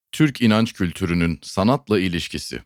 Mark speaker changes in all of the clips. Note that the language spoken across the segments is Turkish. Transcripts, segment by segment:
Speaker 1: Türk inanç kültürünün sanatla ilişkisi.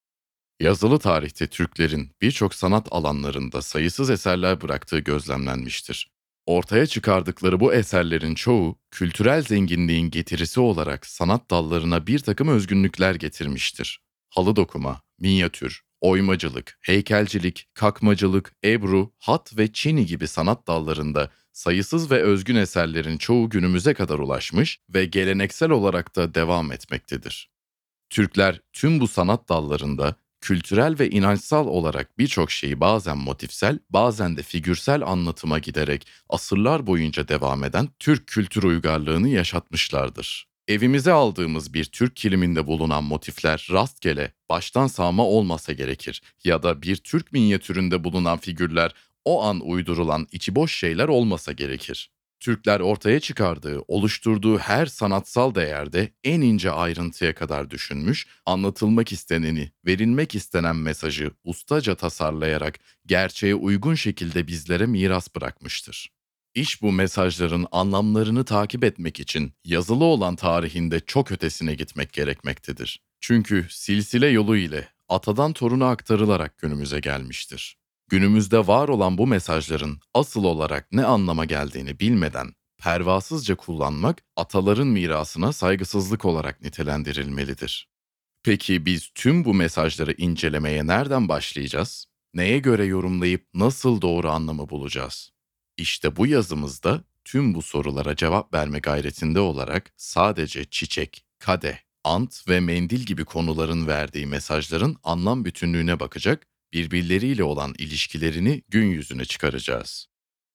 Speaker 1: Yazılı tarihte Türklerin birçok sanat alanlarında sayısız eserler bıraktığı gözlemlenmiştir. Ortaya çıkardıkları bu eserlerin çoğu, kültürel zenginliğin getirisi olarak sanat dallarına bir takım özgünlükler getirmiştir. Halı dokuma, minyatür, oymacılık, heykelcilik, kakmacılık, ebru, hat ve çini gibi sanat dallarında sayısız ve özgün eserlerin çoğu günümüze kadar ulaşmış ve geleneksel olarak da devam etmektedir. Türkler tüm bu sanat dallarında kültürel ve inançsal olarak birçok şeyi bazen motifsel, bazen de figürsel anlatıma giderek asırlar boyunca devam eden Türk kültür uygarlığını yaşatmışlardır. Evimize aldığımız bir Türk kiliminde bulunan motifler rastgele, baştan sağma olmasa gerekir ya da bir Türk minyatüründe bulunan figürler o an uydurulan içi boş şeyler olmasa gerekir. Türkler ortaya çıkardığı, oluşturduğu her sanatsal değerde en ince ayrıntıya kadar düşünmüş, anlatılmak isteneni, verilmek istenen mesajı ustaca tasarlayarak gerçeğe uygun şekilde bizlere miras bırakmıştır. İş bu mesajların anlamlarını takip etmek için yazılı olan tarihinde çok ötesine gitmek gerekmektedir. Çünkü silsile yolu ile atadan toruna aktarılarak günümüze gelmiştir. Günümüzde var olan bu mesajların asıl olarak ne anlama geldiğini bilmeden pervasızca kullanmak ataların mirasına saygısızlık olarak nitelendirilmelidir. Peki biz tüm bu mesajları incelemeye nereden başlayacağız? Neye göre yorumlayıp nasıl doğru anlamı bulacağız? İşte bu yazımızda tüm bu sorulara cevap verme gayretinde olarak sadece çiçek, kadeh, ant ve mendil gibi konuların verdiği mesajların anlam bütünlüğüne bakacak, birbirleriyle olan ilişkilerini gün yüzüne çıkaracağız.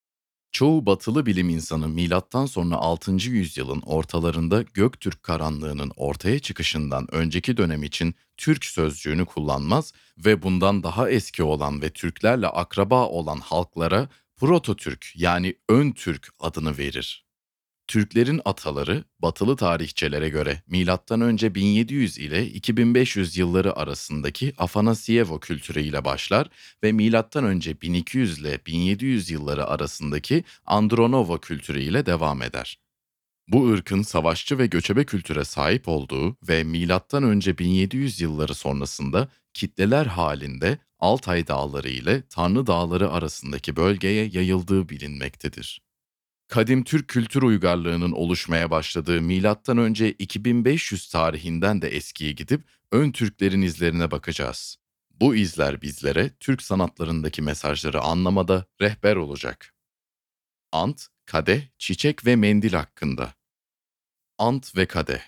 Speaker 1: Çoğu batılı bilim insanı milattan sonra 6. yüzyılın ortalarında Göktürk karanlığının ortaya çıkışından önceki dönem için Türk sözcüğünü kullanmaz ve bundan daha eski olan ve Türklerle akraba olan halklara Proto-Türk yani Ön Türk adını verir. Türklerin ataları batılı tarihçelere göre M.Ö. 1700 ile 2500 yılları arasındaki Afanasyevo kültürü ile başlar ve M.Ö. 1200 ile 1700 yılları arasındaki Andronovo kültürü ile devam eder. Bu ırkın savaşçı ve göçebe kültüre sahip olduğu ve M.Ö. 1700 yılları sonrasında kitleler halinde Altay Dağları ile Tanrı Dağları arasındaki bölgeye yayıldığı bilinmektedir. Kadim Türk kültür uygarlığının oluşmaya başladığı M.Ö. 2500 tarihinden de eskiye gidip ön Türklerin izlerine bakacağız. Bu izler bizlere Türk sanatlarındaki mesajları anlamada rehber olacak. Ant, kadeh, çiçek ve mendil hakkında. Ant ve kadeh.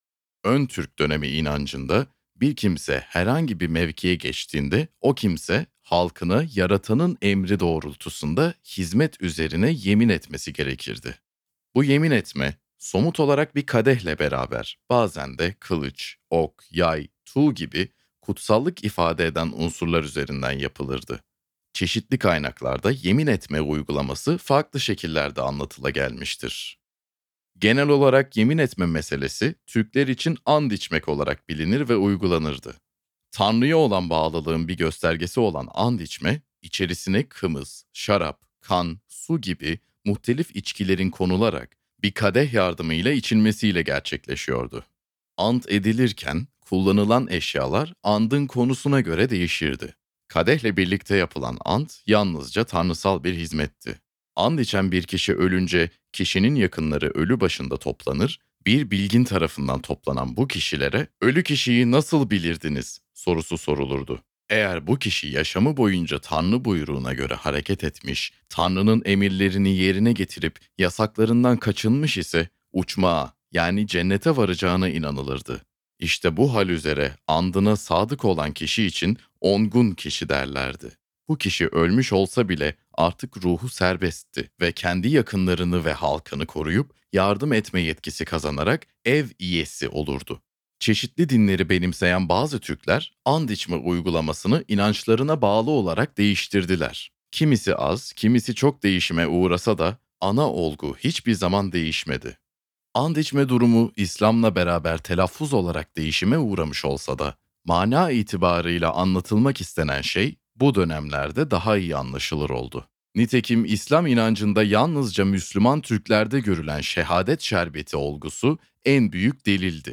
Speaker 1: Ön Türk dönemi inancında bir kimse herhangi bir mevkiye geçtiğinde o kimse halkına yaratanın emri doğrultusunda hizmet üzerine yemin etmesi gerekirdi. Bu yemin etme somut olarak bir kadehle beraber bazen de kılıç, ok, yay, tuğ gibi kutsallık ifade eden unsurlar üzerinden yapılırdı. Çeşitli kaynaklarda yemin etme uygulaması farklı şekillerde anlatıla gelmiştir. Genel olarak yemin etme meselesi Türkler için and içmek olarak bilinir ve uygulanırdı. Tanrı'ya olan bağlılığın bir göstergesi olan and içme, içerisine kımız, şarap, kan, su gibi muhtelif içkilerin konularak bir kadeh yardımıyla içilmesiyle gerçekleşiyordu. Ant edilirken kullanılan eşyalar andın konusuna göre değişirdi. Kadehle birlikte yapılan ant yalnızca tanrısal bir hizmetti. And içen bir kişi ölünce kişinin yakınları ölü başında toplanır, bir bilgin tarafından toplanan bu kişilere ölü kişiyi nasıl bilirdiniz sorusu sorulurdu. Eğer bu kişi yaşamı boyunca Tanrı buyruğuna göre hareket etmiş, Tanrı'nın emirlerini yerine getirip yasaklarından kaçınmış ise uçmağa yani cennete varacağına inanılırdı. İşte bu hal üzere andına sadık olan kişi için ongun kişi derlerdi. Bu kişi ölmüş olsa bile artık ruhu serbestti ve kendi yakınlarını ve halkını koruyup yardım etme yetkisi kazanarak ev üyesi olurdu. Çeşitli dinleri benimseyen bazı Türkler and içme uygulamasını inançlarına bağlı olarak değiştirdiler. Kimisi az, kimisi çok değişime uğrasa da ana olgu hiçbir zaman değişmedi. And içme durumu İslam'la beraber telaffuz olarak değişime uğramış olsa da mana itibarıyla anlatılmak istenen şey bu dönemlerde daha iyi anlaşılır oldu. Nitekim İslam inancında yalnızca Müslüman Türklerde görülen şehadet şerbeti olgusu en büyük delildi.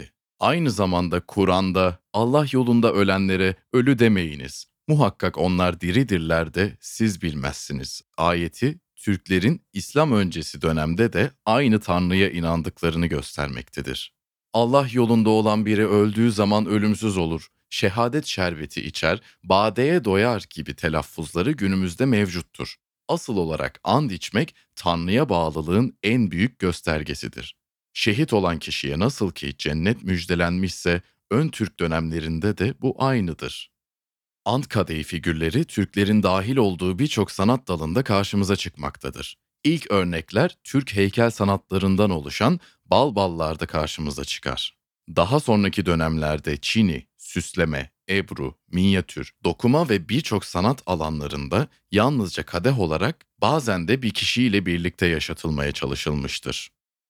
Speaker 1: Aynı zamanda Kur'an'da Allah yolunda ölenlere ölü demeyiniz. Muhakkak onlar diridirler de siz bilmezsiniz. Ayeti Türklerin İslam öncesi dönemde de aynı Tanrı'ya inandıklarını göstermektedir. Allah yolunda olan biri öldüğü zaman ölümsüz olur, şehadet şerbeti içer, badeye doyar gibi telaffuzları günümüzde mevcuttur. Asıl olarak and içmek Tanrı'ya bağlılığın en büyük göstergesidir. Şehit olan kişiye nasıl ki cennet müjdelenmişse ön Türk dönemlerinde de bu aynıdır. Ant kadehi figürleri Türklerin dahil olduğu birçok sanat dalında karşımıza çıkmaktadır. İlk örnekler Türk heykel sanatlarından oluşan balballarda karşımıza çıkar. Daha sonraki dönemlerde Çini, süsleme, ebru, minyatür, dokuma ve birçok sanat alanlarında yalnızca kadeh olarak bazen de bir kişiyle birlikte yaşatılmaya çalışılmıştır.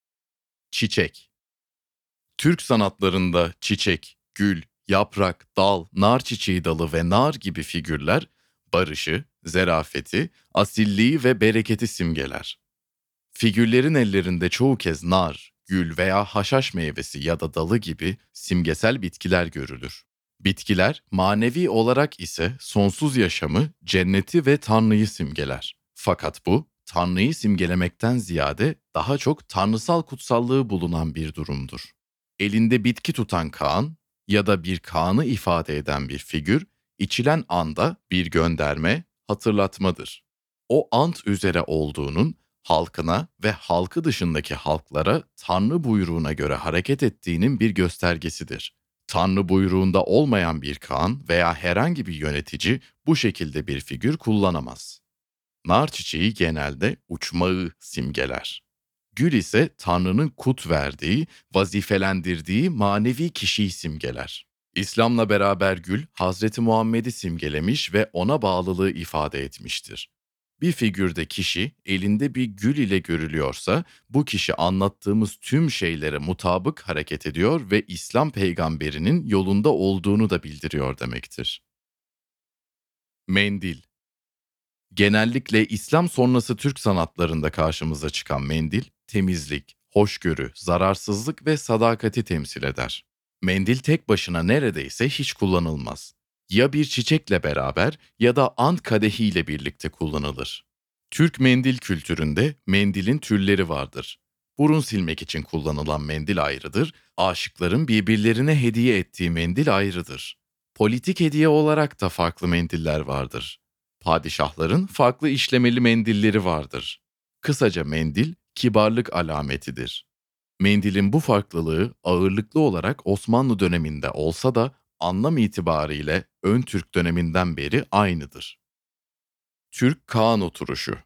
Speaker 1: Çiçek. Türk sanatlarında çiçek, gül, yaprak, dal, nar çiçeği dalı ve nar gibi figürler barışı, zerafeti, asilliği ve bereketi simgeler. Figürlerin ellerinde çoğu kez nar, gül veya haşhaş meyvesi ya da dalı gibi simgesel bitkiler görülür. Bitkiler manevi olarak ise sonsuz yaşamı, cenneti ve Tanrı'yı simgeler. Fakat bu, Tanrı'yı simgelemekten ziyade daha çok tanrısal kutsallığı bulunan bir durumdur. Elinde bitki tutan Kaan ya da bir Kaan'ı ifade eden bir figür, içilen anda bir gönderme, hatırlatmadır. O ant üzere olduğunun halkına ve halkı dışındaki halklara Tanrı buyruğuna göre hareket ettiğinin bir göstergesidir. Tanrı buyruğunda olmayan bir Kaan veya herhangi bir yönetici bu şekilde bir figür kullanamaz. Nar çiçeği genelde uçmağı simgeler. Gül ise Tanrı'nın kut verdiği, vazifelendirdiği manevi kişiyi simgeler. İslam'la beraber gül, Hazreti Muhammed'i simgelemiş ve ona bağlılığı ifade etmiştir. Bir figürde kişi elinde bir gül ile görülüyorsa, bu kişi anlattığımız tüm şeylere mutabık hareket ediyor ve İslam peygamberinin yolunda olduğunu da bildiriyor demektir. Mendil. Genellikle İslam sonrası Türk sanatlarında karşımıza çıkan mendil, temizlik, hoşgörü, zararsızlık ve sadakati temsil eder. Mendil tek başına neredeyse hiç kullanılmaz. Ya bir çiçekle beraber ya da ant kadehiyle birlikte kullanılır. Türk mendil kültüründe mendilin türleri vardır. Burun silmek için kullanılan mendil ayrıdır, aşıkların birbirlerine hediye ettiği mendil ayrıdır. Politik hediye olarak da farklı mendiller vardır. Padişahların farklı işlemeli mendilleri vardır. Kısaca mendil, kibarlık alametidir. Mendilin bu farklılığı ağırlıklı olarak Osmanlı döneminde olsa da anlam itibariyle ön Türk döneminden beri aynıdır. Türk Kağan oturuşu.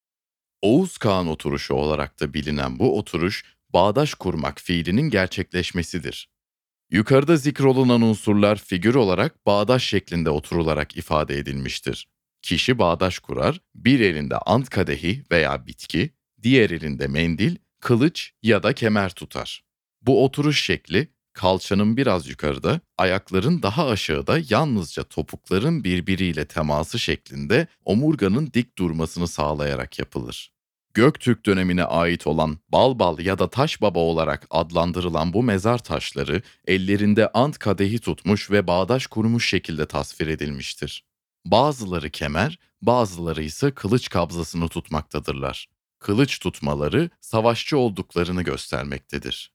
Speaker 1: Oğuz Kağan oturuşu olarak da bilinen bu oturuş, bağdaş kurmak fiilinin gerçekleşmesidir. Yukarıda zikrolunan unsurlar figür olarak bağdaş şeklinde oturularak ifade edilmiştir. Kişi bağdaş kurar, bir elinde ant kadehi veya bitki, diğer elinde mendil, kılıç ya da kemer tutar. Bu oturuş şekli, kalçanın biraz yukarıda, ayakların daha aşağıda yalnızca topukların birbiriyle teması şeklinde omurganın dik durmasını sağlayarak yapılır. Göktürk dönemine ait olan Balbal ya da Taş Baba olarak adlandırılan bu mezar taşları ellerinde ant kadehi tutmuş ve bağdaş kurmuş şekilde tasvir edilmiştir. Bazıları kemer, bazıları ise kılıç kabzasını tutmaktadırlar. Kılıç tutmaları savaşçı olduklarını göstermektedir.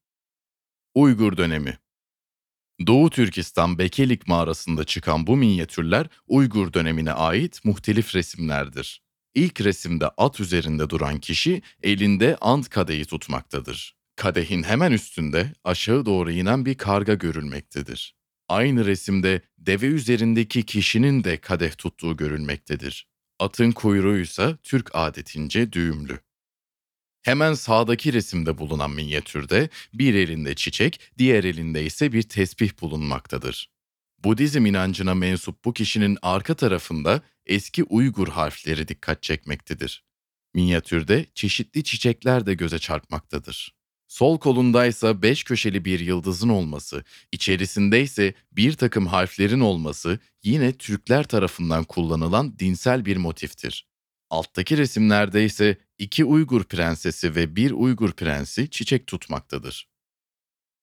Speaker 1: Uygur dönemi. Doğu Türkistan Bekelik mağarasında çıkan bu minyatürler Uygur dönemine ait muhtelif resimlerdir. İlk resimde at üzerinde duran kişi elinde ant kadehi tutmaktadır. Kadehin hemen üstünde aşağı doğru inen bir karga görülmektedir. Aynı resimde deve üzerindeki kişinin de kadeh tuttuğu görülmektedir. Atın kuyruğu ise Türk adetince düğümlü. Hemen sağdaki resimde bulunan minyatürde bir elinde çiçek, diğer elinde ise bir tesbih bulunmaktadır. Budizm inancına mensup bu kişinin arka tarafında eski Uygur harfleri dikkat çekmektedir. Minyatürde çeşitli çiçekler de göze çarpmaktadır. Sol kolundaysa beş köşeli bir yıldızın olması, içerisinde ise bir takım harflerin olması yine Türkler tarafından kullanılan dinsel bir motiftir. Alttaki resimlerde ise iki Uygur prensesi ve bir Uygur prensi çiçek tutmaktadır.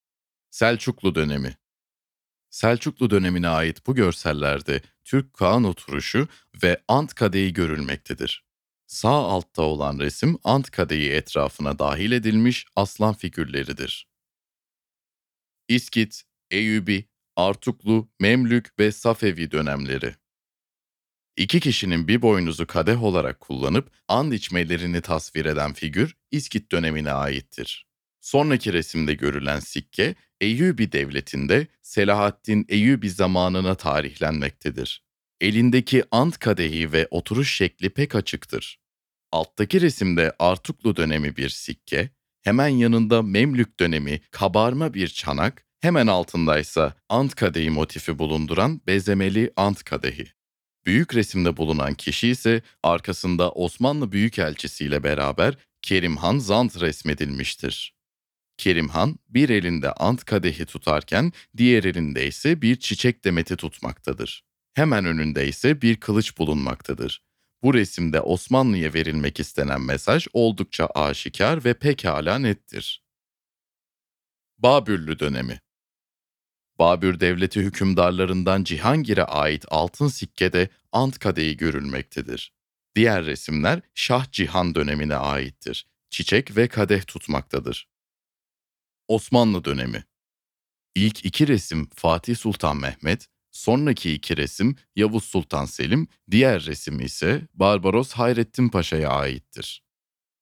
Speaker 1: Selçuklu dönemi. Selçuklu dönemine ait bu görsellerde Türk Kağan oturuşu ve ant kadehi görülmektedir. Sağ altta olan resim ant kadehi etrafına dahil edilmiş aslan figürleridir. İskit, Eyyubi, Artuklu, Memlük ve Safevi dönemleri. İki kişinin bir boynuzu kadeh olarak kullanıp and içmelerini tasvir eden figür İskit dönemine aittir. Sonraki resimde görülen sikke Eyyubi devletinde Selahaddin Eyyubi zamanına tarihlenmektedir. Elindeki ant kadehi ve oturuş şekli pek açıktır. Alttaki resimde Artuklu dönemi bir sikke, hemen yanında Memlük dönemi kabarma bir çanak, hemen altındaysa ant kadehi motifi bulunduran bezemeli ant kadehi. Büyük resimde bulunan kişi ise arkasında Osmanlı Büyükelçisi ile beraber Kerimhan Zant resmedilmiştir. Kerimhan bir elinde ant kadehi tutarken diğer elinde ise bir çiçek demeti tutmaktadır. Hemen önünde ise bir kılıç bulunmaktadır. Bu resimde Osmanlı'ya verilmek istenen mesaj oldukça aşikar ve pekala nettir. Babürlü dönemi. Babür Devleti hükümdarlarından Cihangir'e ait altın sikkede ant kadehi görülmektedir. Diğer resimler Şah Cihan dönemine aittir. Çiçek ve kadeh tutmaktadır. Osmanlı dönemi. İlk iki resim Fatih Sultan Mehmet, sonraki iki resim Yavuz Sultan Selim, diğer resim ise Barbaros Hayrettin Paşa'ya aittir.